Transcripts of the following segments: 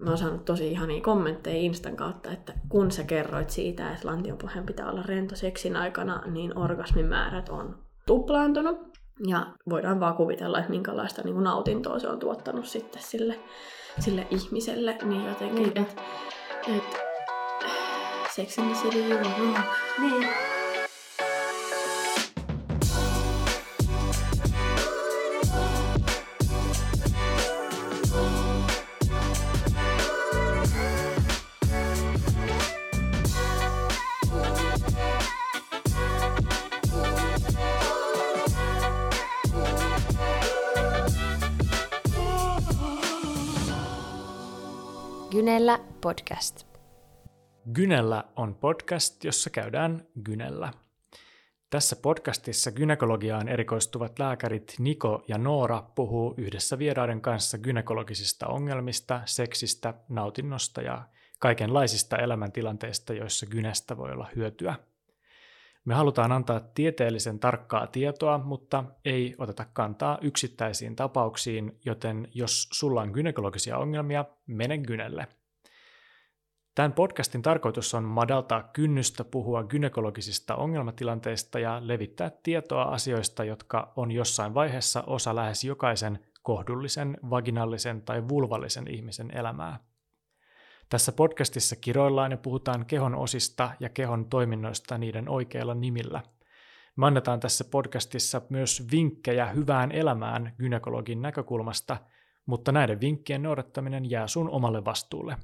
mä oon saanut tosi ihania kommentteja Instan kautta, että kun sä kerroit siitä, että lantionpohjan pitää olla rento seksin aikana, niin orgasmimäärät on tuplaantunut. Ja voidaan vaan kuvitella, että minkälaista niin kuin nautintoa se on tuottanut sitten sille ihmiselle. Niin jotenkin, että Sex and the City, you are wrong. Niin. Gynellä podcast. Gynellä on podcast, jossa käydään gynellä. Tässä podcastissa gynekologiaan erikoistuvat lääkärit Niko ja Noora puhuu yhdessä vieraiden kanssa gynekologisista ongelmista, seksistä, nautinnosta ja kaikenlaisista elämäntilanteista, joissa gynestä voi olla hyötyä. Me halutaan antaa tieteellisen tarkkaa tietoa, mutta ei oteta kantaa yksittäisiin tapauksiin, joten jos sulla on gynekologisia ongelmia, mene gynelle. Tämän podcastin tarkoitus on madaltaa kynnystä puhua gynekologisista ongelmatilanteista ja levittää tietoa asioista, jotka on jossain vaiheessa osa lähes jokaisen kohdullisen, vaginallisen tai vulvallisen ihmisen elämää. Tässä podcastissa kiroillaan ja puhutaan kehon osista ja kehon toiminnoista niiden oikeilla nimillä. Me annetaan tässä podcastissa myös vinkkejä hyvään elämään gynekologin näkökulmasta, mutta näiden vinkkien noudattaminen jää sun omalle vastuulle.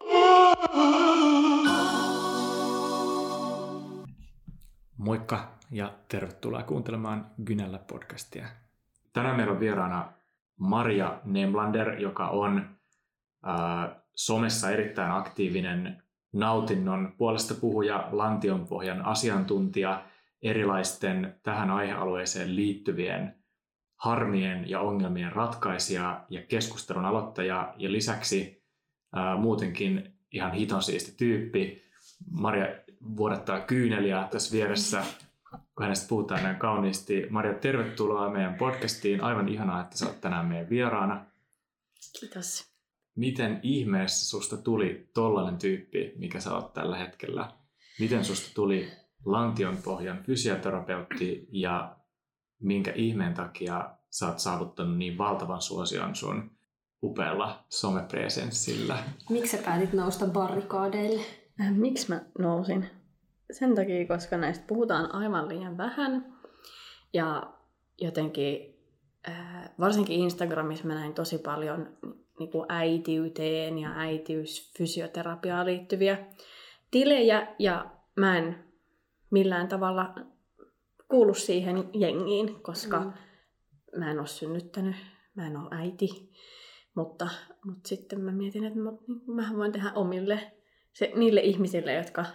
Moikka ja tervetuloa kuuntelemaan Gynellä podcastia. Tänään meillä on vieraana Maria Nemlander, joka on somessa erittäin aktiivinen nautinnon puolesta puhuja, lantionpohjan asiantuntija, erilaisten tähän aihealueeseen liittyvien harmien ja ongelmien ratkaisija ja keskustelun aloittaja ja lisäksi muutenkin ihan hiton siisti tyyppi. Maria vuodattaa kyyneliä tässä vieressä, kun hänestä puhutaan näin kauniisti. Maria, tervetuloa meidän podcastiin. Aivan ihanaa, että sä oot tänään meidän vieraana. Kiitos. Miten ihmeessä susta tuli tollainen tyyppi, mikä sä oot tällä hetkellä? Miten susta tuli lantionpohjan fysioterapeutti ja minkä ihmeen takia sä oot saavuttanut niin valtavan suosion sun upealla somepresenssillä? Miksi sä päätit nousta barrikaadeille? Miksi mä nousin? Sen takia, koska näistä puhutaan aivan liian vähän. Ja jotenkin, varsinkin Instagramissa mä näin tosi paljon niin kuin äitiyteen ja äitiysfysioterapiaan liittyviä tilejä. Ja mä en millään tavalla kuulu siihen jengiin, koska mä en ole synnyttänyt, mä en ole äiti. Mutta sitten mä mietin, että mä voin tehdä niille ihmisille,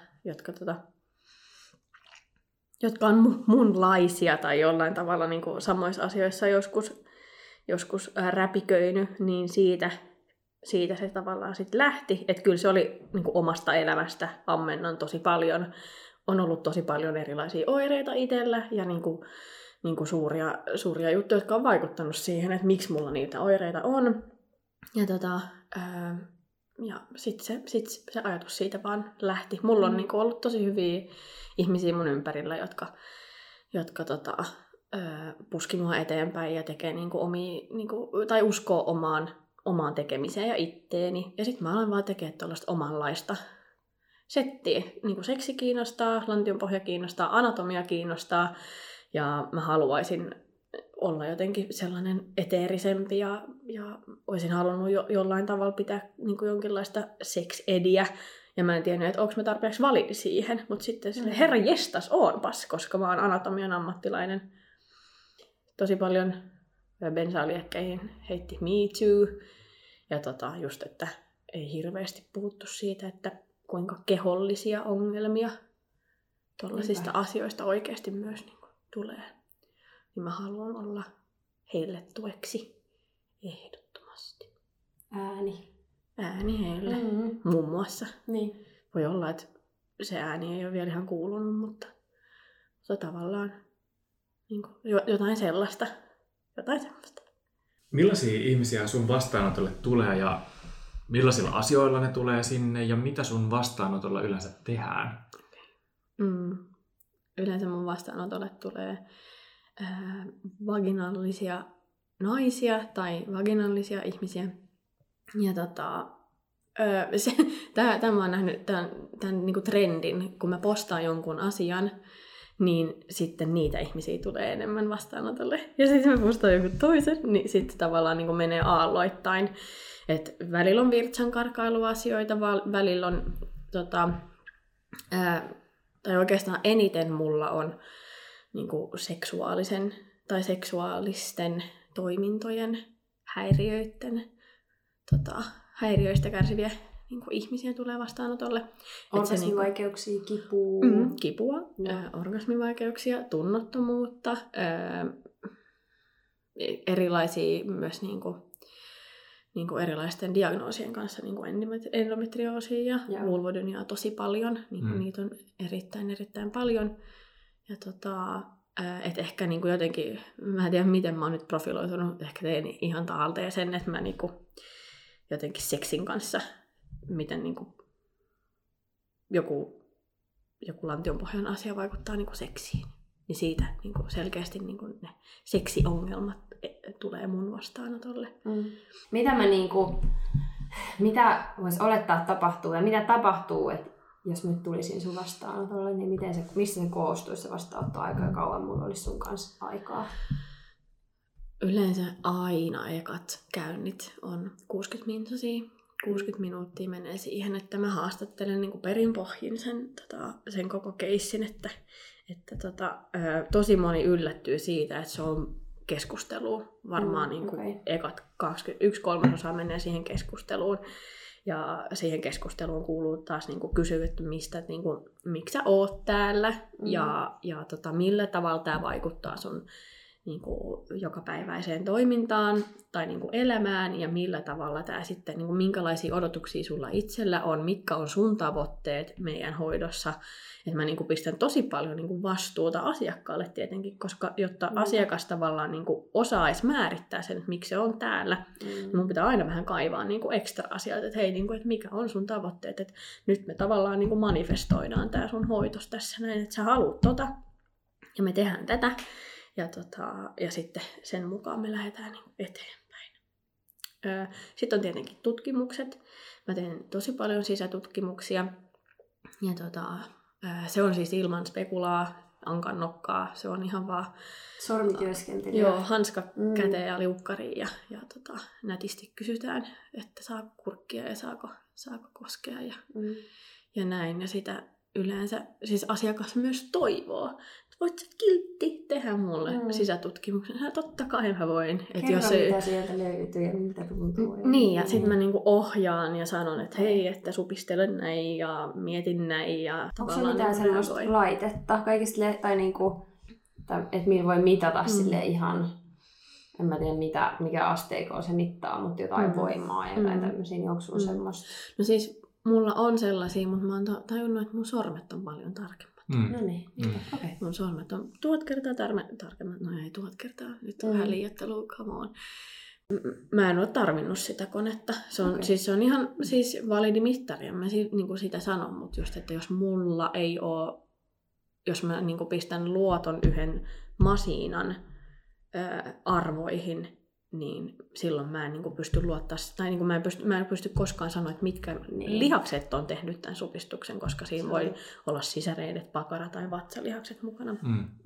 jotka on munlaisia tai jollain tavalla niin kuin samoissa asioissa joskus räpiköinyt, niin siitä se tavallaan sitten lähti. Että kyllä se oli niin kuin omasta elämästä ammennan tosi paljon. On ollut tosi paljon erilaisia oireita itsellä ja niin kuin suuria juttuja, jotka on vaikuttanut siihen, että miksi mulla niitä oireita on. Ja sitten se ajatus siitä vaan lähti. Mulla on niinku ollut tosi hyviä ihmisiä mun ympärillä, jotka puski mua eteenpäin ja tekee niinku tai uskoo omaan tekemiseen ja itteeni. Ja sitten mä aloin vaan tekemään tuollaista omanlaista settiä. Niinku seksi kiinnostaa, lantionpohja kiinnostaa, anatomia kiinnostaa ja mä haluaisin olla jotenkin sellainen eteerisempi ja olisin halunnut jollain tavalla pitää niin kuin jonkinlaista sex-ediä. Ja mä en tiennyt, että onko mä tarpeeksi validi siihen. Mutta sitten herra jestas, oonpas, koska mä oon anatomian ammattilainen. Tosi paljon bensaaliekkeihin heitti me too. Ja just, että ei hirveästi puhuttu siitä, että kuinka kehollisia ongelmia tuollaisista asioista oikeasti myös niin kuin tulee. Niin mä haluan olla heille tueksi ehdottomasti. Ääni heille, muun muassa. Niin. Voi olla, että se ääni ei ole vielä ihan kuulunut, mutta tavallaan niin kuin jotain sellaista. Millaisia ihmisiä sun vastaanotolle tulee ja Millaisilla asioilla ne tulee sinne ja mitä sun vastaanotolla yleensä tehdään? Yleensä mun vastaanotolle tulee vaginaalisia naisia tai vaginaalisia ihmisiä. Ja mä oon nähnyt tämän niinku trendin, kun mä postaan jonkun asian, niin sitten niitä ihmisiä tulee enemmän vastaanotolle. Ja sitten mä postaan jonkun toisen, niin sitten tavallaan niinku menee aalloittain. Et välillä on virtsankarkailuasioita, välillä on tai oikeastaan eniten mulla on niinku seksuaalisten toimintojen häiriöistä kärsiviä niinku ihmisiä tulee vastaanotolle. Orgasmivaikeuksia, kipua. Kipua, orgasmivaikeuksia, tunnottomuutta, erilaisia myös niinku erilaisten diagnoosien kanssa, niinku endometrioosia ja vulvodyniaa tosi paljon. Niitä on erittäin paljon. Ja et ehkä niinku jotenkin, mä en tiedä miten mä oon nyt profiloitunut, ehkä tein ihan taalteen sen, että mä niinku jotenkin seksin kanssa, miten niinku joku lantionpohjan asia vaikuttaa niinku seksiin. Niin siitä niinku selkeästi niinku ne seksiongelmat tulee mun vastaanotolle. Mitä voisi olettaa tapahtuu ja mitä tapahtuu, että jos nyt tulisin sun vastaanotolle, niin mistä se koostuisi se vastaanottoaika ja kauan mulla olisi sun kanssa aikaa? Yleensä aina ekat käynnit on 60 minsasia. 60 minuuttia menee siihen, että mä haastattelen niin kuin perinpohjin sen koko keissin, että tosi moni yllättyy siitä, että se on keskustelu. Varmaan niin kuin ekat 1/3 menee siihen keskusteluun. Ja siihen keskusteluun kuuluu taas niin kuin kysyy, että niin kuin, miksi sä oot täällä ja millä tavalla tämä vaikuttaa sun niin kuin jokapäiväiseen toimintaan tai niin kuin elämään ja millä tavalla tämä sitten, niin kuin minkälaisia odotuksia sulla itsellä on, mitkä on sun tavoitteet meidän hoidossa. Että mä niin kuin pistän tosi paljon niin kuin vastuuta asiakkaalle tietenkin, koska jotta asiakas tavallaan niin kuin osaisi määrittää sen, että miksi se on täällä, niin mun pitää aina vähän kaivaa niin kuin ekstra asioita, että hei, niin kuin, että mikä on sun tavoitteet, että nyt me tavallaan niin kuin manifestoidaan tää sun hoitos tässä näin, että sä haluat ja me tehdään tätä. Ja sitten sen mukaan me lähdetään niin eteenpäin. Sitten on tietenkin tutkimukset. Mä teen tosi paljon sisätutkimuksia. Ja se on siis ilman spekulaa, ankan nokkaa. Se on ihan vaan sormityöskentelyä. Joo, hanska käteen ja liukkariin. Ja nätisti kysytään, että saako kurkkia ja saako koskea ja näin. Ja sitä yleensä siis asiakas myös toivoo. Voit sä kiltti tehdä mulle sisätutkimuksen? Ja totta kai mä voin. Kerro, mitä sieltä löytyy ja miltä tuntuu. Niin, ja sitten mä niinku ohjaan ja sanon, että hei, että supistelen näin ja mietin näin. Ja onko se mitään sellaista laitetta kaikista, tai niinku, että millä voi mitata silleen ihan, en mä tiedä mikä asteikolla se mittaa, mutta jotain voimaa ja jotain tämmöisiä, niin onko sulla semmoista? No siis mulla on sellaisia, mutta mä oon tajunnut, että mun sormet on paljon tarkemmat. No niin, okei. Mun sormet on 1000 kertaa tarkemmat. No ei 1000 kertaa, nyt on vähän liioittelua, come on. Mä en ole tarvinnut sitä konetta. Se on ihan validi mittari, mä niinku sitä sanon, mutta just, että jos mulla ei ole, jos mä niinku pistän luoton yhden masiinan arvoihin, niin silloin mä en niinku pysty luottaa, tai niinku mä en pysty koskaan sanoa, että mitkä lihakset on tehnyt tämän supistuksen, koska siinä voi olla sisäreidet, pakara tai vatsalihakset mukana.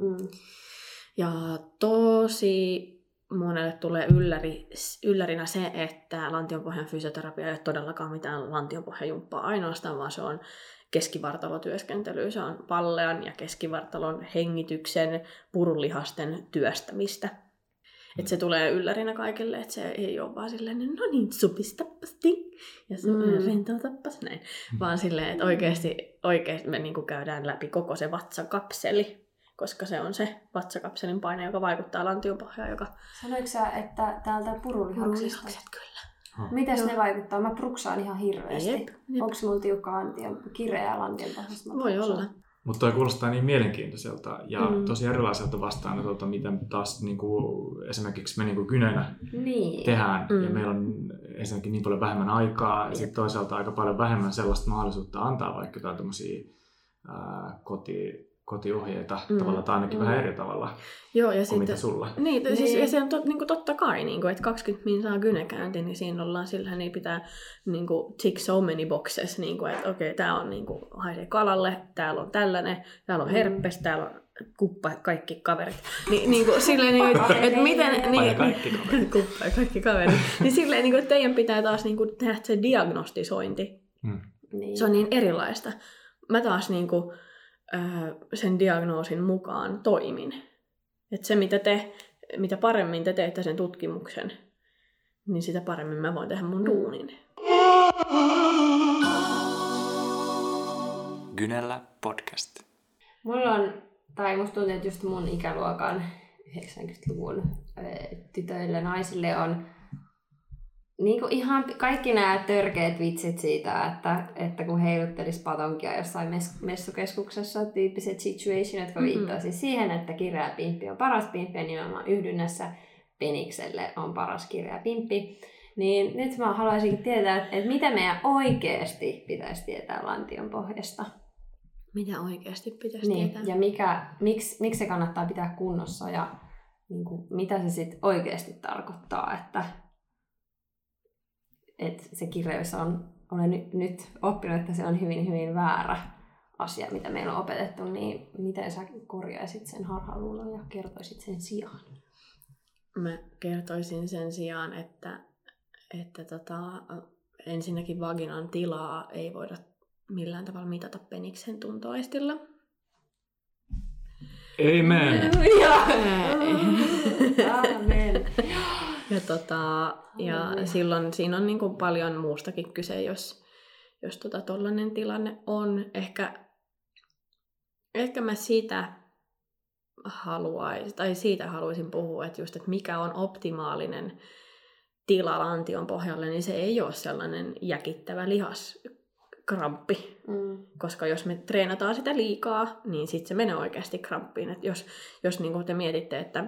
Ja tosi monelle tulee yllärinä se, että lantionpohjan fysioterapia ei ole todellakaan mitään lantionpohjajumppaa ainoastaan, vaan se on keskivartalotyöskentelyä, se on pallean ja keskivartalon hengityksen, purunlihasten työstämistä. Että se tulee yllärinä kaikille, että se ei ole vaan silleen, no niin, supistappas ting, ja rentoutappas näin. Vaan silleen, että oikeasti me niinku käydään läpi koko se vatsakapseli, koska se on se vatsakapselin paine, joka vaikuttaa lantionpohjaan. Sanoitko sä, että täältä purunlihaksista? Purunlihakset, kyllä. Mitäs ne vaikuttaa? Mä pruksaan ihan hirveästi. Jep. Onko mulla tiukka kireä lantionpohjasta? Voi olla. Mutta toi kuulostaa niin mielenkiintoiselta ja tosi erilaiselta vastaanotolta, miten taas esimerkiksi me kynenä tehdään. Ja meillä on ensinnäkin niin paljon vähemmän aikaa ja sitten toisaalta aika paljon vähemmän sellaista mahdollisuutta antaa vaikka jotain tämmöisiä kotiohjeita tavallaan tai ainakin vähän eri tavalla. Joo, ja kuin mitä sulla. Niin. Siis, ja se on totta kai, että 20 minsaa gynekäynti, niin siinä ollaan sillähän ei pitää tick so many boxes, että okei, tää on haisee kalalle, täällä on tällainen, täällä on herpes, täällä on kuppa, kaikki kaverit. Silleen, että miten... Kuppa ja kaikki kaverit. Niin silleen, että teidän pitää taas tehdä se diagnostisointi. Se on niin erilaista. Mä taas sen diagnoosin mukaan toimin. Että se, mitä paremmin te teette sen tutkimuksen, niin sitä paremmin mä voin tehdä mun duunin. Gynellä podcast. Musta tuntuu, että just mun ikäluokan 90-luvun tytöille, naisille on ihan kaikki nämä törkeät vitsit siitä, että kun heiluttelisi patonkia jossain messukeskuksessa, tyyppiset situationit, jotka viittaa siis siihen, että kireä pimppi on paras pimppi ja nimenomaan yhdynnässä penikselle on paras kireä pimppi. Niin nyt mä haluaisinkin tietää, että mitä meidän oikeasti pitäisi tietää lantion pohjasta. Mitä oikeasti pitäisi tietää? Ja miksi se kannattaa pitää kunnossa ja mitä se sitten oikeasti tarkoittaa, että se kireys olen nyt oppinut, että se on hyvin, hyvin väärä asia, mitä meillä on opetettu, niin miten sä korjaisit sen harhaluulon ja kertoisit sen sijaan? Mä kertoisin sen sijaan, että ensinnäkin vaginan tilaa ei voida millään tavalla mitata peniksen tuntoaistilla. Amen! Amen! Ja silloin siinä on paljon muustakin kyse, jos tollainen tilanne on. Ehkä mä siitä haluaisin puhua, että mikä on optimaalinen tila lantion pohjalle, niin se ei ole sellainen jäkittävä lihaskramppi. Koska jos me treenataan sitä liikaa, niin sitten se menee oikeasti kramppiin. Et jos te mietitte, että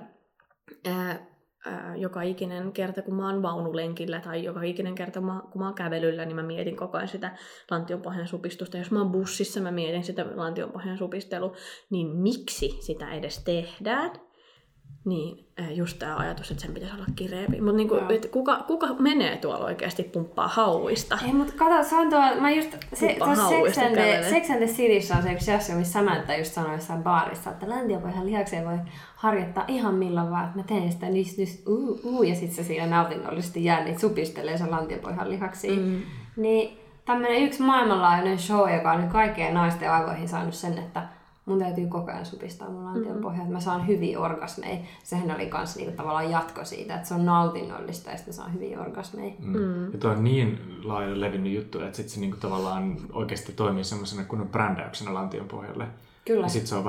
joka ikinen kerta, kun mä oon vaunulenkillä tai joka ikinen kerta, kun mä oon kävelyllä, niin mä mietin koko ajan sitä lantionpohjan supistusta. Jos mä oon bussissa, mä mietin sitä lantionpohjan supistelua. Niin miksi sitä edes tehdään? Niin just tämä ajatus, että sen pitäisi olla kireempi. Mutta kuka menee tuolla oikeasti pumppaa hauista? Ei, mutta kato, se on tuolla, mä just, Sex and the Cityssä on se yksi asia, missä Samantha just sanoi jossain baarissa, että lantiopohjan lihakseen voi harjoittaa ihan milloin vaan, että mä teen sitä ja sit se siinä nautinnollisesti jää, niin supistelee sen lantiopohjan lihaksiin. Niin tämmönen yksi maailmanlaajuinen show, joka on nyt kaikkeen naisten aivoihin saanut sen, että mun täytyy koko ajan supistaa mun lantion pohjaa, että mä saan hyviä orgasmeja. Sehän oli kans tavallaan jatko siitä, että se on nautinnollista ja sitten saan hyviä orgasmeja. Ja toi on niin laaja levinnyt juttu, että sit se tavallaan oikeasti toimii semmoisena kunnon brändäyksenä lantion pohjalle. Kyllä. Ja sit se on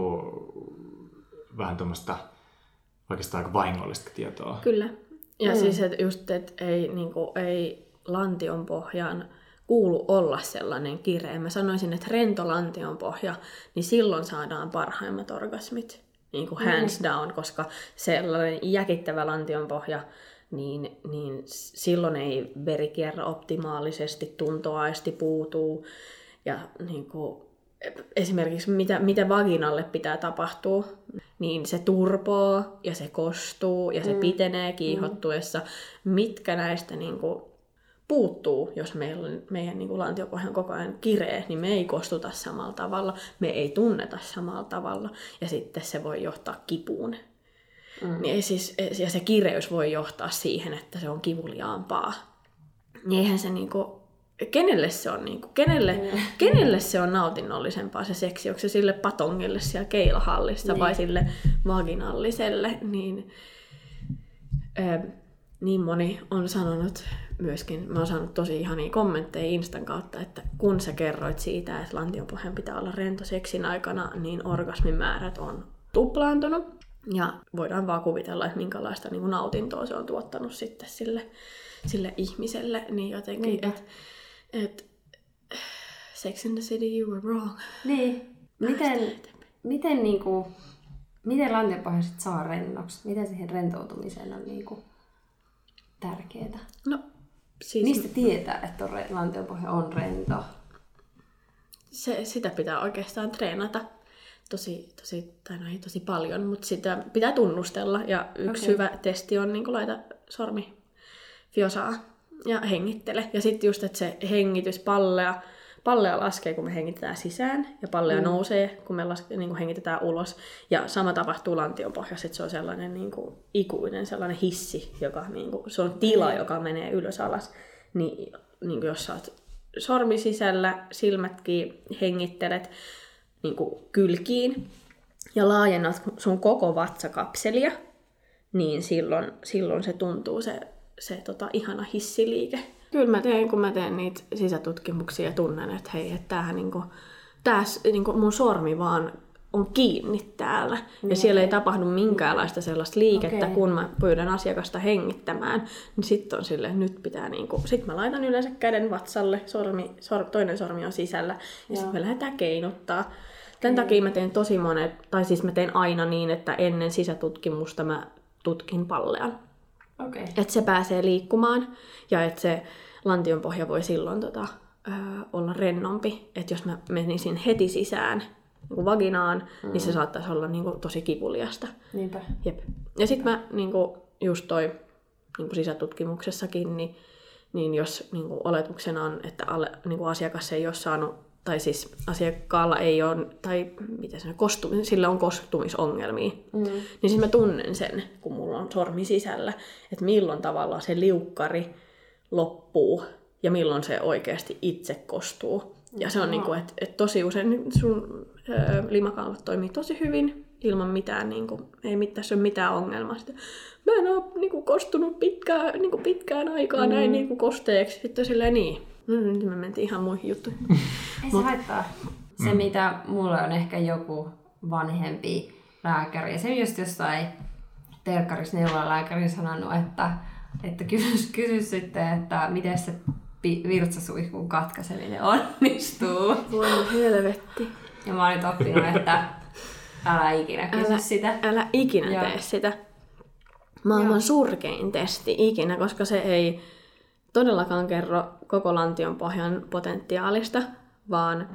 vähän tommoista oikeastaan aika vahingollista tietoa. Kyllä. Ja siis että ei lantion pohjan kuulu olla sellainen kireä. Mä sanoisin, että rento lantionpohja, niin silloin saadaan parhaimmat orgasmit, hands down, koska sellainen jäkittävä lantionpohja, niin silloin ei veri kierrä optimaalisesti, tuntoaisti puutuu. Ja esimerkiksi mitä vaginalle pitää tapahtua, niin se turpoo ja se kostuu ja se pitenee kiihottuessa. Mitkä näistä puuttuu, jos meidän lantiopohja on koko ajan kireä, niin me ei kostuta samalla tavalla, me ei tunneta samalla tavalla, ja sitten se voi johtaa kipuun. Ja se kireys voi johtaa siihen, että se on kivuliaampaa. Niin eihän se kenelle se on kenelle se on nautinnollisempaa se seksi, onko se sille patongille siellä keilahallissa vai sille vaginalliselle, niin moni on sanonut myöskin, mä oon saanut tosi ihania kommentteja Instan kautta, että kun sä kerroit siitä, että lantionpohjan pitää olla rento seksin aikana, niin orgasmimäärät on tuplaantunut. Ja voidaan vaan kuvitella, että minkälaista nautintoa se on tuottanut sitten sille ihmiselle. Niin jotenkin, että Sex and the City, you were wrong. Niin. Miten lantiopohja sit saa rennoksi? Miten siihen rentoutumiseen on niinku tärkeää? No, siis... Mistä tietää, että lantiopohja on rento? Sitä pitää oikeastaan treenata tosi paljon, mutta sitä pitää tunnustella. Ja yksi hyvä testi on niin laita sormi fiosaa ja hengittele. Ja sitten just, että se hengitys pallea laskee, kun me hengitetään sisään, ja pallea nousee, kun me niin hengitetään ulos. Ja sama tapahtuu lantionpohjassa, että se on sellainen niin kuin ikuinen sellainen hissi, joka, niin kuin, se on tila, joka menee ylös alas. Niin kuin jos sä oot sormi sisällä, silmät kiinni, hengittelet niin kuin kylkiin ja laajennat sun koko vatsakapselia, niin silloin se tuntuu se ihana hissiliike. Kyllä mä teen, kun mä teen niitä sisätutkimuksia ja tunnen, että hei, että tämähän niinku mun sormi vaan on kiinni täällä. Ja siellä ei tapahdu minkäänlaista sellaista liikettä, kun mä pyydän asiakasta hengittämään. Niin sitten on silleen, nyt pitää sit mä laitan yleensä käden vatsalle, toinen sormi on sisällä. Ja sitten me lähdetään keinuttaa. Tämän takia mä teen tosi monet, tai siis mä teen aina niin, että ennen sisätutkimusta mä tutkin pallean. Että se pääsee liikkumaan ja että se lantionpohja voi silloin olla rennompi. Että jos mä menisin heti sisään niin vaginaan, niin se saattaisi olla niin kuin tosi kivuliasta. Niinpä. Jep. Ja sitten mä niin kuin just toi niin kuin sisätutkimuksessakin, niin jos niin kuin oletuksena on, että niin kuin asiakas ei ole saanut, tai siis asiakkaalla ei ole, tai miten se sillä on kostumisongelmia, niin siis mä tunnen sen, kun mulla on sormi sisällä, että milloin tavallaan se liukkari loppuu ja milloin se oikeasti itse kostuu. Ja se on niin kuin, että tosi usein sun limakalvot toimii tosi hyvin ilman mitään, niin kuin, ei tässä ole mitään ongelmaa. Sitten, mä en ole niin kuin, kostunut pitkään aikaa näin niin kuin kosteeksi. Sitten silleen niin. Nyt me mentiin ihan muihin juttuihin. Ei se haittaa. Se, mitä mulla on ehkä joku vanhempi lääkäri, ja se just jossain terkkarissa neuvolalääkäri sanonut, että kysy sitten, että miten se virtsasuihkun katkaiseminen onnistuu. Voi helvetti. Ja mä olin oppinut, että älä ikinä kysy sitä. Älä ikinä tee sitä. Maailman surkein testi ikinä, koska se ei todellakaan kerro koko lantionpohjan potentiaalista, vaan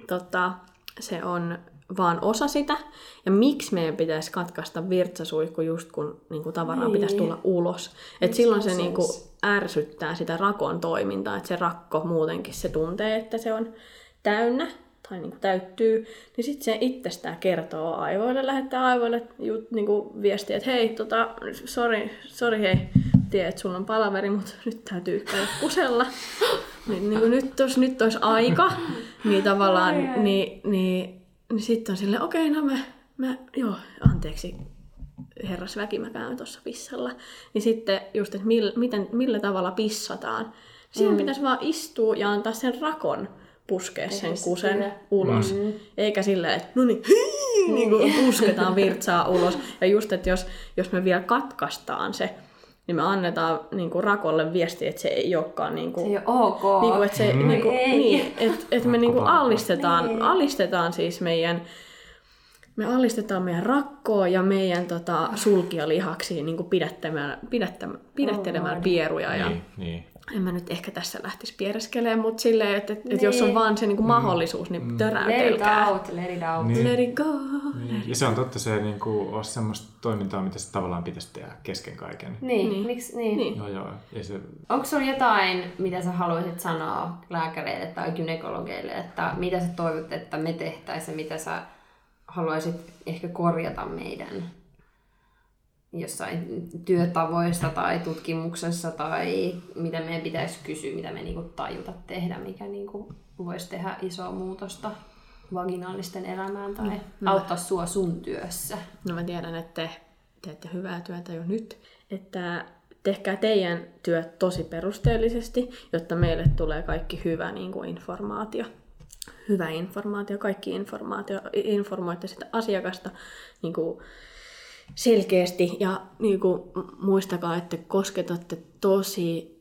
se on vaan osa sitä. Ja miksi meidän pitäisi katkaista virtsasuihku just kun niinku tavaraa pitäisi tulla ulos. Et silloin se niinku ärsyttää sitä rakon toimintaa, että se rakko muutenkin se tuntee, että se on täynnä tai niinku täyttyy, niin sitten se itsestään kertoo aivoille, lähettää aivoille niinku viestiä, että hei, sori hei, tiedät, että sulla on palaveri, mutta nyt täytyy käydä kusella. Niin nyt olisi aika, niin tavallaan, niin sitten on silleen, okei, no anteeksi, herrasväki, mä käyn tuossa pissalla. Niin sitten just, että millä tavalla pissataan. Siihen pitäisi vaan istua ja antaa sen rakon puskea sen kusen ulos. Eikä silleen, että no niin kuin pusketaan virtsaa ulos. Ja just, että jos me vielä katkaistaan se, niin me annetaan niinku rakolle viestiä, että se ei olekaan niinku, se ei ole ok. Niinku, että se niinku, niin, että me niinku alistetaan siis meidän rakkoa ja meidän sulkialihaksiin niinku pidättelemään pieruja. Ja niin. En mä nyt ehkä tässä lähtisi piereskelemään, mutta silleen, että jos on vaan se niinku mahdollisuus, niin töräytelkää. Let it out. Niin. Let it go. Niin. Ja se on totta, se ei niinku ole semmoista toimintaa, mitä se tavallaan pitäisi tehdä kesken kaiken. Niin. Miksi? Niin. Joo. Se... Onko sulla jotain, mitä sä haluaisit sanoa lääkäreille tai gynekologeille, että mitä sä toivot, että me tehtäisiin, mitä sä haluaisit ehkä korjata meidän jossain työtavoista tai tutkimuksessa tai mitä meidän pitäisi kysyä, mitä me niinku tajuta tehdä, mikä niinku voisi tehdä isoa muutosta vaginaalisten elämään tai auttaa sua sun työssä. No mä tiedän, että te teette hyvää työtä jo nyt, että tehkää teidän työt tosi perusteellisesti, jotta meille tulee kaikki hyvä niin kuin informaatio. Hyvä informaatio, kaikki informaatio, informoitte sitä asiakasta niin kuin selkeästi ja niin kuin, muistakaa, että kosketatte tosi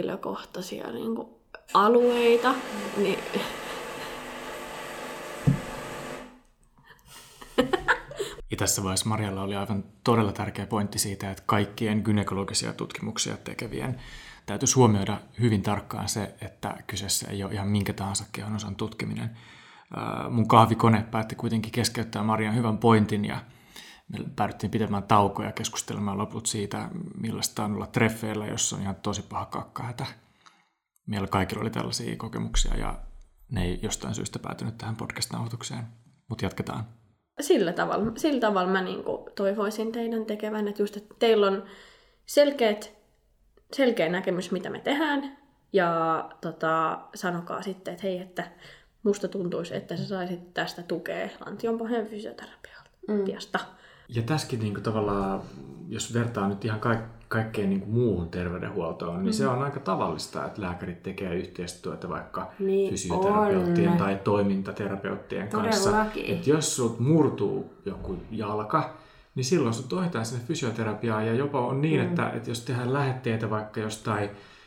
henkilökohtaisia niin kuin, alueita. Niin... tässä vaiheessa Marjalla oli aivan todella tärkeä pointti siitä, että kaikkien gynekologisia tutkimuksia tekevien täytyisi huomioida hyvin tarkkaan se, että kyseessä ei ole ihan minkä tahansa kehonosan tutkiminen. Mun kahvikone päätti kuitenkin keskeyttää Marjan hyvän pointin ja me päädyttiin pitämään taukoja ja keskustelemaan loput siitä, millaista on olla treffeillä, jossa on ihan tosi paha kakkahätä. Meillä kaikilla oli tällaisia kokemuksia ja ne ei jostain syystä päätynyt tähän podcast-nauhoitukseen, mutta jatketaan. Sillä tavalla mä niinku toivoisin teidän tekevän, että just, että teillä on selkeä näkemys, mitä me tehdään, ja sanokaa sitten, että hei, että musta tuntuisi, että sä saisit tästä tukea lantionpohjan fysioterapiasta. Ja tässäkin niin kuin tavallaan, jos vertaa nyt ihan kaikkeen niin kuin muuhun terveydenhuoltoon, niin se on aika tavallista, että lääkärit tekee yhteistyötä vaikka fysioterapeuttien tai toimintaterapeuttien kanssa. Että jos sut murtuu joku jalka, niin silloin sut ohjataan sinne fysioterapiaan. Ja jopa on niin, että jos tehdään lähetteitä vaikka jostain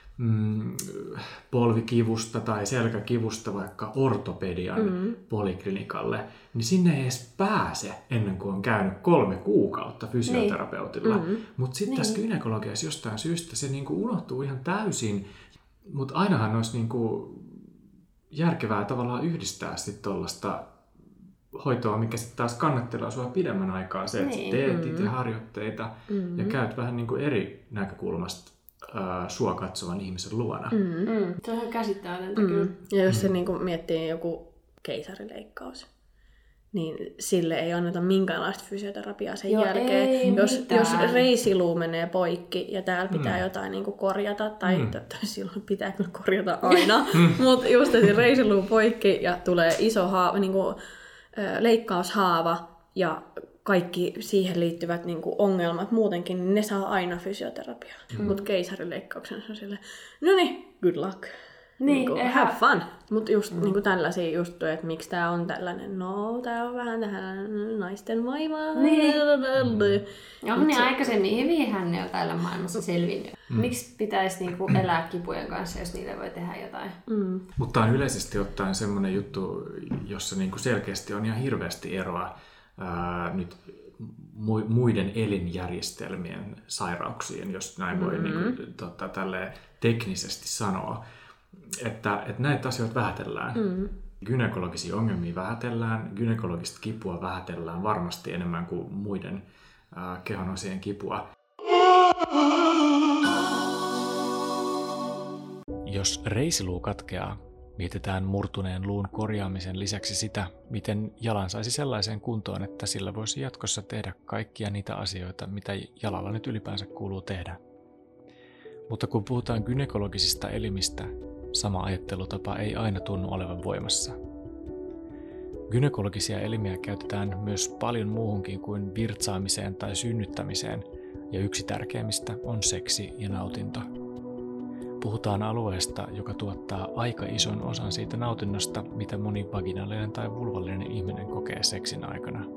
polvikivusta tai selkäkivusta vaikka ortopedian poliklinikalle, niin sinne ei edes pääse ennen kuin on käynyt 3 kuukautta fysioterapeutilla. Mutta sitten tässä gynekologiassa jostain syystä se niinku unohtuu ihan täysin. Mutta ainahan olisi niinku järkevää tavallaan yhdistää sitten tuollaista hoitoa, mikä sitten taas kannattelee sua pidemmän aikaa. Se, että teet itse harjoitteita ja käyt vähän niinku eri näkökulmasta sua katsovan ihmisen luona. Se on ihan käsittämätöntä kyllä. Ja jos se niinku miettii joku keisarileikkaus, niin sille ei anneta minkäänlaista fysioterapiaa sen jälkeen. Jos reisiluu menee poikki ja täällä pitää jotain niinku korjata, tai silloin pitää kyllä korjata aina, mutta just että reisiluu poikki ja tulee iso niinku, leikkaushaava ja kaikki siihen liittyvät niinku ongelmat muutenkin, niin ne saa aina fysioterapiaa. Mutta keisarileikkauksen on silleen, no niin, good luck. Niin, have fun. Mutta just niinku tällaisia juttuja, että miksi tää on tällainen, no tää on vähän tähän naisten vaimaa. Niin aikaisemmin hyvinhän ne on täällä maailmassa selvinnyt. Miksi pitäisi niinku elää kipujen kanssa, jos niille voi tehdä jotain? Mutta on yleisesti ottaen semmoinen juttu, jossa niinku selkeästi on ihan hirveästi eroa nyt muiden elinjärjestelmien sairauksien, jos näin voi niinku, tälleen teknisesti sanoa, että näitä asioita vähätellään. Gynekologisia ongelmia vähätellään, gynekologista kipua vähätellään varmasti enemmän kuin muiden kehonosien kipua. Jos reisiluu katkeaa, mietitään murtuneen luun korjaamisen lisäksi sitä, miten jalan saisi sellaiseen kuntoon, että sillä voisi jatkossa tehdä kaikkia niitä asioita, mitä jalalla nyt ylipäänsä kuuluu tehdä. Mutta kun puhutaan gynekologisista elimistä, sama ajattelutapa ei aina tunnu olevan voimassa. Gynekologisia elimiä käytetään myös paljon muuhunkin kuin virtsaamiseen tai synnyttämiseen, ja yksi tärkeimmistä on seksi ja nautinto. Puhutaan alueesta, joka tuottaa aika ison osan siitä nautinnosta, mitä moni vaginaalinen tai vulvallinen ihminen kokee seksin aikana.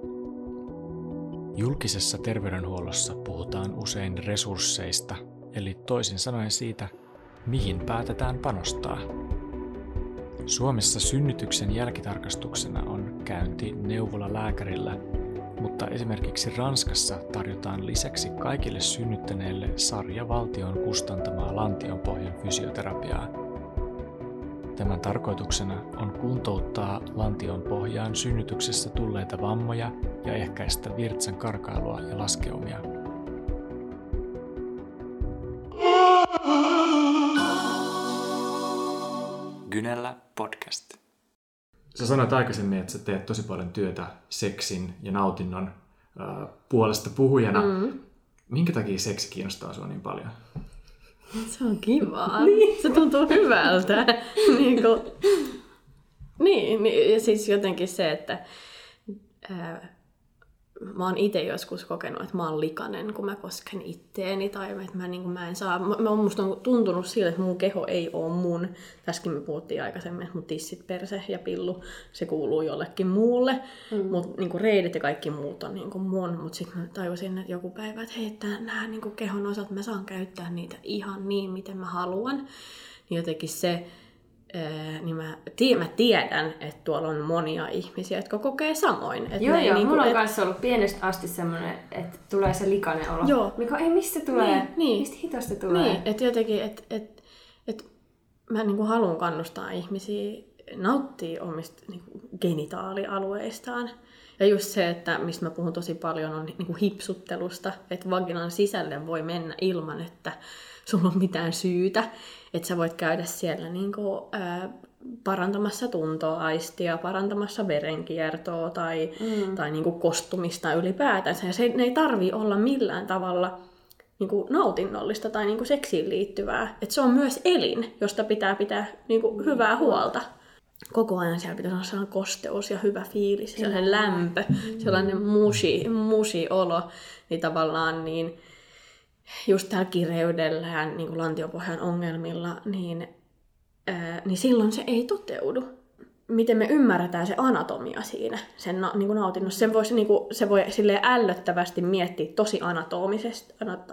Julkisessa terveydenhuollossa puhutaan usein resursseista, eli toisin sanoen siitä, mihin päätetään panostaa. Suomessa synnytyksen jälkitarkastuksena on käynti neuvolalääkärillä, mutta esimerkiksi Ranskassa tarjotaan lisäksi kaikille synnyttäneille sarja valtion kustantamaa lantionpohjan fysioterapiaa. Tämän tarkoituksena on kuntouttaa lantionpohjaan synnytyksessä tulleita vammoja ja ehkäistä virtsan karkailua ja laskeumia. Gynellä podcast. Sä sanoit aikaisemmin, että sä teet tosi paljon työtä seksin ja nautinnon puolesta puhujana. Minkä takia seksi kiinnostaa sua niin paljon? Se on kivaa. Se tuntuu hyvältä. Niin, ja siis jotenkin se, että mä oon itse joskus kokenut, että mä oon likainen, kun mä kosken itteeni, tai että mä en saa. Musta on tuntunut siltä, että mun keho ei oo mun. Tässäkin me puhuttiin aikaisemmin, että mun tissit, perse ja pillu, se kuuluu jollekin muulle. Mutta niinku reidet ja kaikki muut on niinku mun. Mutta sitten mä tajusin, että joku päivä, että hei, nämä niinku kehon osat, mä saan käyttää niitä ihan niin, miten mä haluan. Niin jotenkin se niin mä tiedän, että tuolla on monia ihmisiä, jotka kokee samoin. Joo, mulla on kanssa ollut pienestä asti semmoinen, että tulee se likainen olo. Joo. Mikä ei, mistä se tulee? Niin. Mistä hitosta tulee? Niin, että jotenkin, että mä niin kuin haluan kannustaa ihmisiä nauttia omista niin kuin genitaalialueistaan. Ja just se, että mistä mä puhun tosi paljon, on niin kuin hipsuttelusta, että vaginan sisälle voi mennä ilman, että sulla on mitään syytä. Että sä voit käydä siellä niin kuin, parantamassa tuntoaistia, parantamassa verenkiertoa tai niin kuin kostumista ylipäätänsä. Ja ne ei tarvitse olla millään tavalla niin kuin nautinnollista tai niin kuin seksiin liittyvää. Että se on myös elin, josta pitää niin kuin hyvää huolta. Koko ajan siellä pitäisi olla sellainen kosteus ja hyvä fiilis, sellainen lämpö, sellainen mushi olo, niin tavallaan niin just täällä kireydellä ja niin kuin lantiopohjan ongelmilla, niin silloin se ei toteudu. Miten me ymmärretään se anatomia siinä, sen niin kuin nautinnossa. Se voi silleen ällöttävästi miettiä tosi anatomisesti.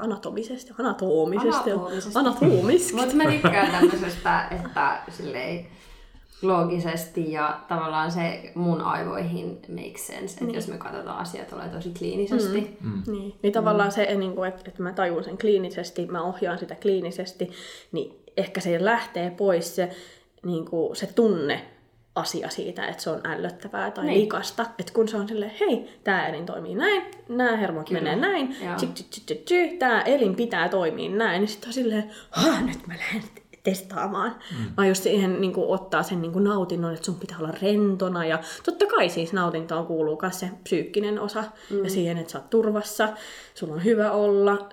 Mutta mä tykkään tämmöisestä, että silleen loogisesti ja tavallaan se mun aivoihin makes sense, että jos me katsotaan asiat tulee tosi kliinisesti. Niin tavallaan se, että mä tajun sen kliinisesti, mä ohjaan sitä kliinisesti, niin ehkä se lähtee pois se tunne asia siitä, että se on ällöttävää tai likasta. Että kun se on silleen, hei, tää elin toimii näin, nämä hermot menee näin, tää elin pitää toimia näin, niin sitten on silleen, nyt mä lähden testaamaan. Vaan just siihen niin kuin, ottaa sen niin kuin nautinnon, että sun pitää olla rentona. Ja totta kai siis nautintoon kuuluu myös se psyykkinen osa. Ja siihen, että sä oot turvassa, sulla on hyvä olla,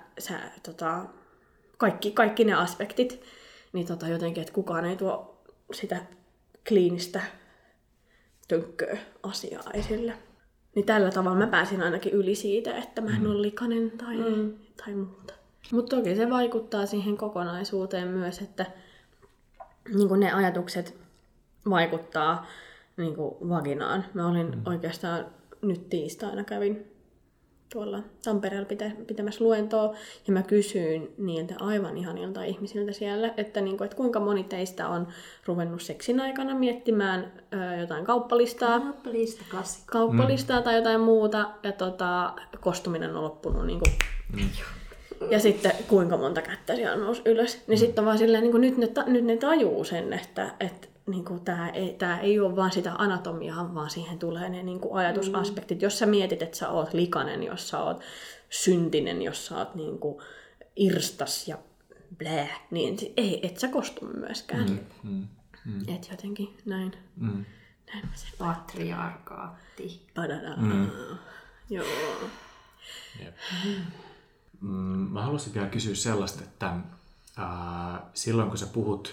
kaikki ne aspektit. Niin jotenkin, että kukaan ei tuo sitä kliinistä tönkköä asiaa esille. Niin tällä tavalla mä pääsin ainakin yli siitä, että mä en ole likainen tai muuta. Mutta toki se vaikuttaa siihen kokonaisuuteen myös, että niin ne ajatukset vaikuttaa niin vaginaan. Mä olin oikeastaan nyt tiistaina kävin tuolla Tampereella pitämässä luentoa ja mä kysyin niiltä aivan ihanilta ihmisiltä siellä, että kuinka moni teistä on ruvennut seksin aikana miettimään jotain kauppalistaa. Kauppalistaa tai jotain muuta ja kostuminen on loppunut ja sitten kuinka monta kättä siellä nousi ylös. Niin sitten on vaan silleen, nyt ne tajuu sen, että tämä ei ole vaan sitä anatomiaa, vaan siihen tulee ne ajatusaspektit. Jos sä mietit, että sä oot likainen, jos sä oot syntinen, jos sä oot irstas ja blää, niin ei, et sä kostu myöskään. Et jotenkin näin. Näin mä sen patriarkaatti. Joo. Yep. Mä haluaisin vielä kysyä sellaista, että silloin kun sä puhut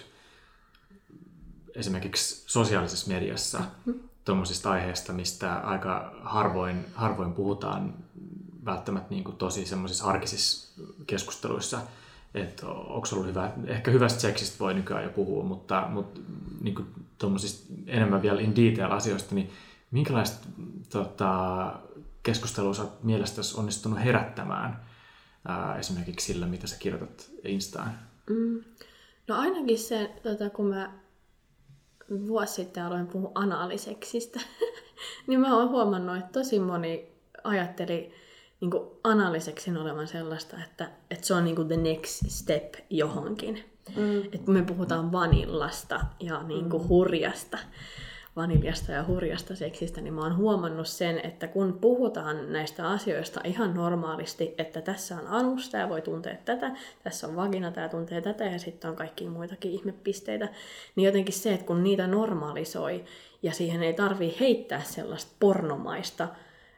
esimerkiksi sosiaalisessa mediassa tuommoisista aiheista, mistä aika harvoin puhutaan välttämättä niin kuin tosi semmoisissa arkisissa keskusteluissa, että onko ollut hyvä, ehkä hyvästä seksistä voi nykyään jo puhua, mutta niin kuin tuommoisista enemmän vielä in detail asioista, niin minkälaista keskustelua sä oot mielestäsi onnistunut herättämään esimerkiksi sillä, mitä sä kirjoitat Instaan? No ainakin se, kun mä vuosi sitten aloin puhua anaaliseksistä, niin mä oon huomannut, että tosi moni ajatteli anaaliseksin olevan sellaista, että se on the next step johonkin. Että me puhutaan vanillasta ja hurjasta vaniljasta ja hurjasta seksistä, niin mä oon huomannut sen, että kun puhutaan näistä asioista ihan normaalisti, että tässä on anus, tää voi tuntea tätä, tässä on vagina, tää tuntee tätä ja sitten on kaikkia muitakin ihmepisteitä, niin jotenkin se, että kun niitä normalisoi ja siihen ei tarvii heittää sellaista pornomaista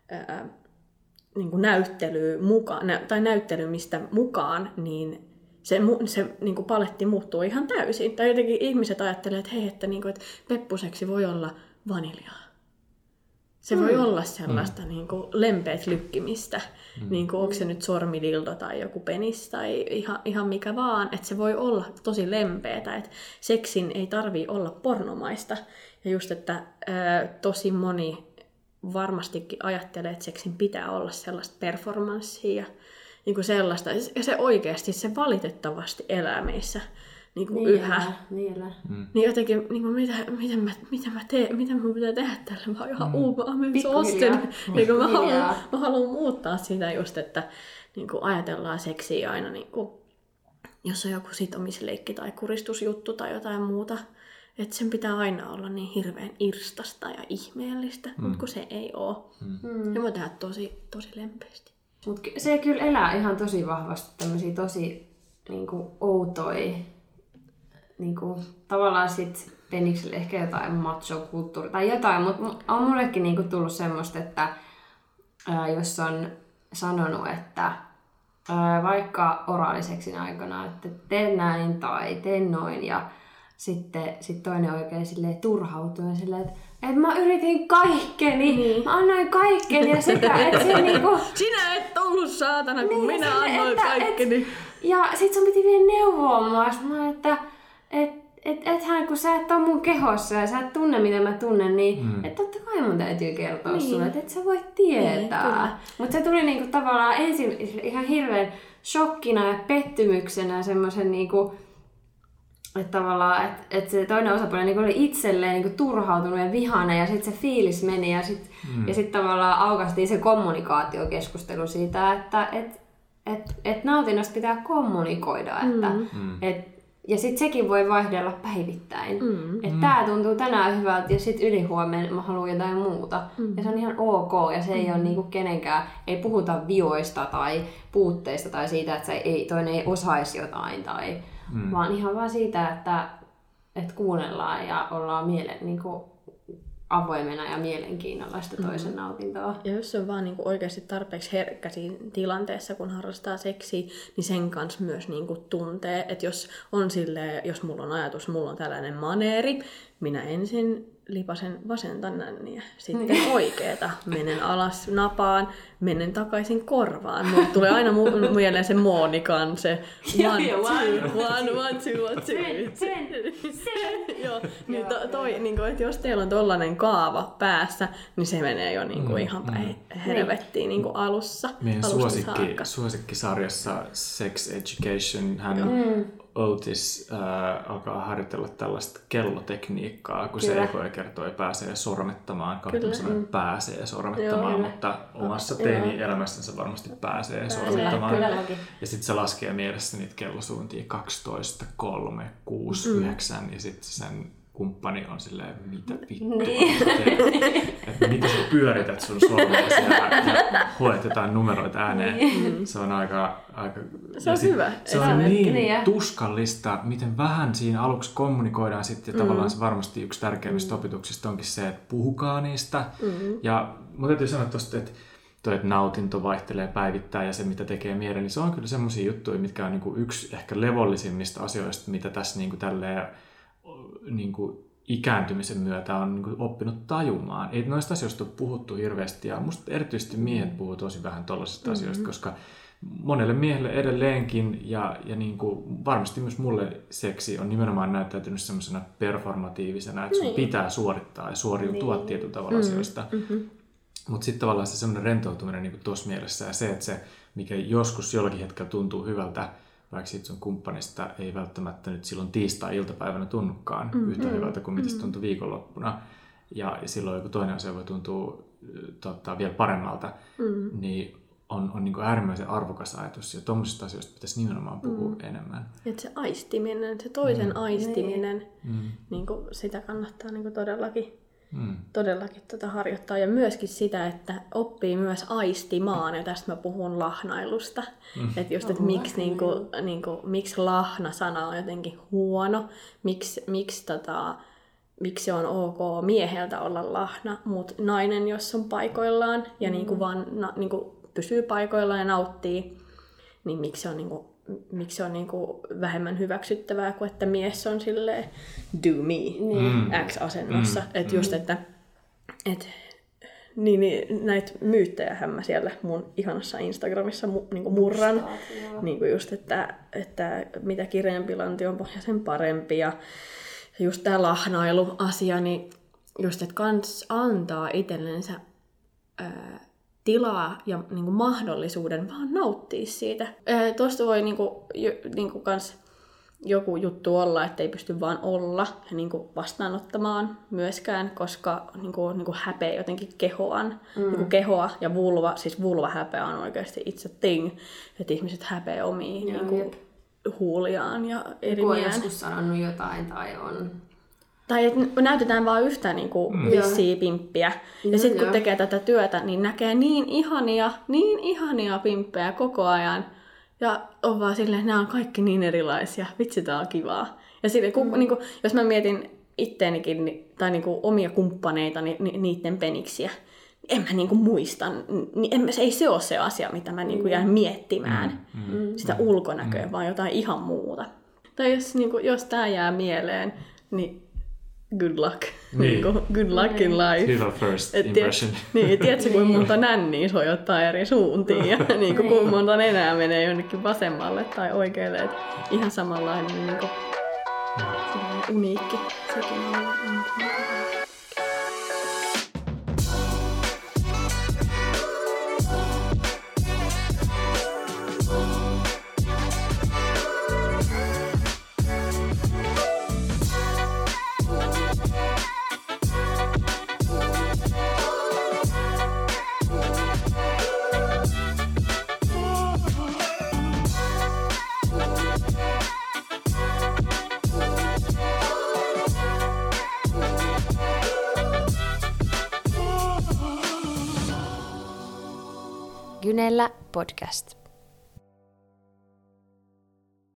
näyttelyä mukaan, tai näyttelymistä mukaan, niin se paletti muuttuu ihan täysin. Tai jotenkin ihmiset ajattelee, että hei, että peppuseksi voi olla vaniljaa. Se voi olla sellaista lempeät lykkimistä. Onko se nyt sormidildo tai joku penis tai ihan mikä vaan. Että se voi olla tosi lempeätä. Että seksin ei tarvii olla pornomaista. Ja just, että tosi moni varmastikin ajattelee, että seksin pitää olla sellaista performanssia ja sellaista. Ja se oikeasti, se valitettavasti elää meissä niinku yhä. Niillä. Niin jotenkin, niinku, mitä mä teen, mitä mun pitää tehdä tälle? Mä oon ihan I'm exhausted. Niinku, mä haluan muuttaa sitä just, että niinku, ajatellaan seksiä aina, niinku, jos on joku sitomisleikki tai kuristusjuttu tai jotain muuta. Että sen pitää aina olla niin hirveän irstasta ja ihmeellistä, mutta kun se ei oo. Se voi tehdä tosi lempeästi. Mut se kyllä elää ihan tosi vahvasti tämmöisiä tosi niinku outoja, niinku tavallaan sit penikselle ehkä jotain macho-kulttuuria tai jotain, mutta on mullekin niinku tullut semmoista, että jos on sanonut, että vaikka oraaliseksin aikana, että tee näin tai tee noin ja sitten toinen oikein silleen turhautuu ja silleen, että mä yritin kaikkeni, mä annoin kaikkeni ja sekä, että se niinku... Sinä et ollut saatana, kun minä annoin kaikkeni. Ja sit sun piti vielä neuvoa mua, että ethän kun sä et ole mun kehossa ja sä et tunne mitä mä tunnen, niin että totta kai mun täytyy kertoa sulle, että et sä voi tietää. Mutta se tuli niinku tavallaan ensin ihan hirveän shokkina ja pettymyksenä semmoisen niinku... Että tavallaan, että se toinen osapuoli niin oli itselleen niin turhautunut ja vihainen ja sitten se fiilis meni ja sitten tavallaan aukaistiin se kommunikaatiokeskustelu siitä, että nautinnosta pitää kommunikoida. Ja sitten sekin voi vaihdella päivittäin. Että tää tuntuu tänään hyvältä ja sitten ylihuomenna mä haluan jotain muuta. Ja se on ihan ok ja se ei ole niinku kenenkään, ei puhuta vioista tai puutteista tai siitä, että toinen ei osaisi jotain tai... Vaan ihan vaan siitä, että kuunnellaan ja ollaan niinku avoimena ja mielenkiinnolla sitä toisen nautintoa. Ja jos se on vaan niinku oikeasti tarpeeksi herkkä siinä tilanteessa, kun harrastaa seksiä, niin sen kanssa myös niinku tuntee, että jos on silleen, jos mulla on ajatus, mulla on tällainen maneeri, minä ensin lipasen vasenta nänniä, sitten oikeeta, menen alas napaan, menen takaisin korvaan. Mulle tulee aina mieleen se Monikan, se one, two. Joo, niin niinku, että jos teillä on tollainen kaava päässä, niin se menee jo niinku ihan päin helvettiin niinku alussa. Meidän suosikkisarjassa Sex Education, Otis alkaa harjoitella tällaista kellotekniikkaa, kun se ekoja kertoi pääsee sormettamaan, kahtamisena pääsee sormettamaan, mutta omassa teini-elämässänsä varmasti pääsee sormettamaan. Ja sitten se laskee mielessä niitä kellosuuntia 12, 3, 6, 9 ja sitten sen kumppani on silleen, mitä vittua että mitä sä pyörität sun sormella siellä ja hoet jotain numeroita ääneen. Se on aika se on hyvä. Se on niin tuskallista, miten vähän siinä aluksi kommunikoidaan sitten, ja tavallaan se varmasti yksi tärkeimmistä opituksista onkin se, että puhukaa niistä. Ja mun täytyy sanoa tosta, että nautinto vaihtelee päivittäin ja se, mitä tekee mielen, niin se on kyllä semmosia juttuja, mitkä on niinku yksi ehkä levollisimmista asioista, mitä tässä niinku tälleen niinku ikääntymisen myötä on niinku oppinut tajumaan. Ei noista asioista ole puhuttu hirveästi, ja musta erityisesti miehet puhuu tosi vähän tollaisista asioista, koska monelle miehelle edelleenkin, ja niinku varmasti myös mulle seksi on nimenomaan näyttäytynyt semmoisena performatiivisena, että sun pitää suorittaa ja suoriutua tietyllä tavalla asioista. Mutta sitten tavallaan se semmoinen rentoutuminen niinku tuossa mielessä ja se, että se, mikä joskus jollakin hetkellä tuntuu hyvältä, vaikka siitä sun kumppanista ei välttämättä nyt silloin tiistai-iltapäivänä tunnukaan yhtä hyvältä kuin mitä se tuntui viikonloppuna. Ja silloin joku toinen asia voi tuntua vielä paremmalta, niin on niin kuin äärimmäisen arvokas ajatus. Ja tuommoisista asioista pitäisi nimenomaan puhua enemmän. Että se aistiminen, se toisen aistiminen, niin kuin sitä kannattaa niin kuin todellakin harjoittaa. Ja myöskin sitä, että oppii myös aistimaan, ja tästä mä puhun lahnailusta. Että just, että miksi lahna-sana on jotenkin huono, miksi se on ok mieheltä olla lahna, mutta nainen, jos on paikoillaan ja vaan pysyy paikoillaan ja nauttii, niin miksi se on vähemmän hyväksyttävää kuin että mies on silleen do me X-asennossa. Että just, että näitä myyttejähän mä siellä mun ihanassa Instagramissa murran. Just, että mitä kireempi lantio on sen parempi. Ja just tää lahnailu-asia, niin just, että kans antaa itsellensä tilaa ja niinku mahdollisuuden vaan nauttia siitä. Tuosta voi kans joku juttu olla, ettei pysty vaan olla ja niin kuin vastaanottamaan myöskään, koska niin kuin häpeä jotenkin kehoan. Niin kuin kehoa ja vulva, siis vulvahäpeä on oikeasti it's a thing, että ihmiset häpeä omia niin kuin huuliaan ja erimiään. Joku on joskus sanonut jotain tai on... Tai että näytetään vaan yhtä niin kuin vissiä pimppiä. Ja sitten kun tekee tätä työtä, niin näkee niin ihania pimppejä koko ajan. Ja on vaan silleen, että nämä on kaikki niin erilaisia. Vitsi, tää on kivaa. Ja silleen, niin kuin, jos mä mietin itteenikin tai niin kuin omia kumppaneita, niiden peniksiä, en mä niin kuin muista. Ei se ole se asia, mitä mä niin kuin jään miettimään. Sitä ulkonäköä, vaan jotain ihan muuta. Tai jos tää jää mieleen, niin... good luck. Niin. Good luck in life. Hyvä first impression. Tiedätkö, kuinka monta nänniä sojottaa eri suuntiin ja kuinka monta nenää menee jonnekin vasemmalle tai oikealle. Et ihan samanlainen niin kuin, uniikki sekin on. Gynellä podcast.